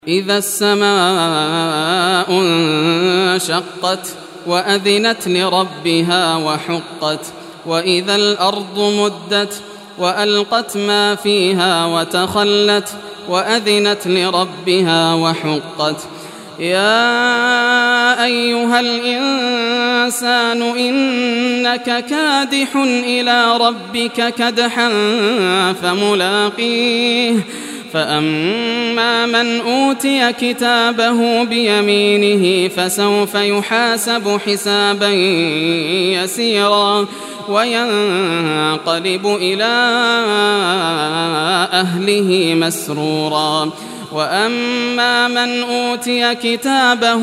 إذا السماء انشقت وأذنت لربها وحقت وإذا الأرض مدت وألقت ما فيها وتخلت وأذنت لربها وحقت يا أيها الإنسان إنك كادح إلى ربك كدحا فملاقيه فأما من أوتي كتابه بيمينه فسوف يحاسب حسابا يسيرا وينقلب إلى أهله مسرورا وأما من أوتي كتابه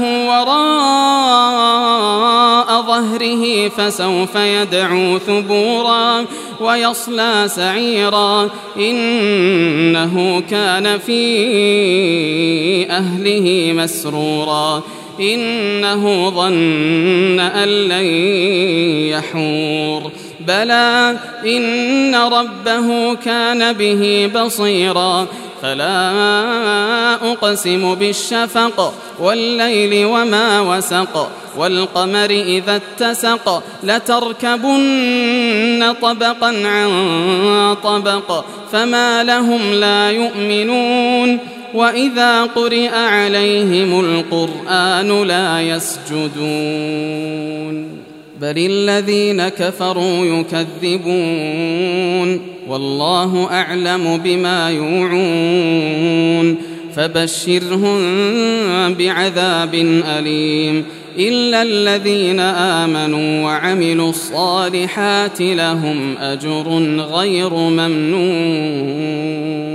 وراء ظهره فسوف يدعو ثبورا ويصلى سعيرا إنه كان في أهله مسرورا إنه ظن أن لن يحور بلى إن ربه كان به بصيرا فلا أقسم بالشفق والليل وما وسق والقمر إذا اتسق لتركبن طبقا عن طبق فما لهم لا يؤمنون وإذا قرئ عليهم القرآن لا يسجدون بل الذين كفروا يكذبون والله أعلم بما يوعون فبشرهم بعذاب أليم إلا الذين آمنوا وعملوا الصالحات لهم أجر غير ممنون.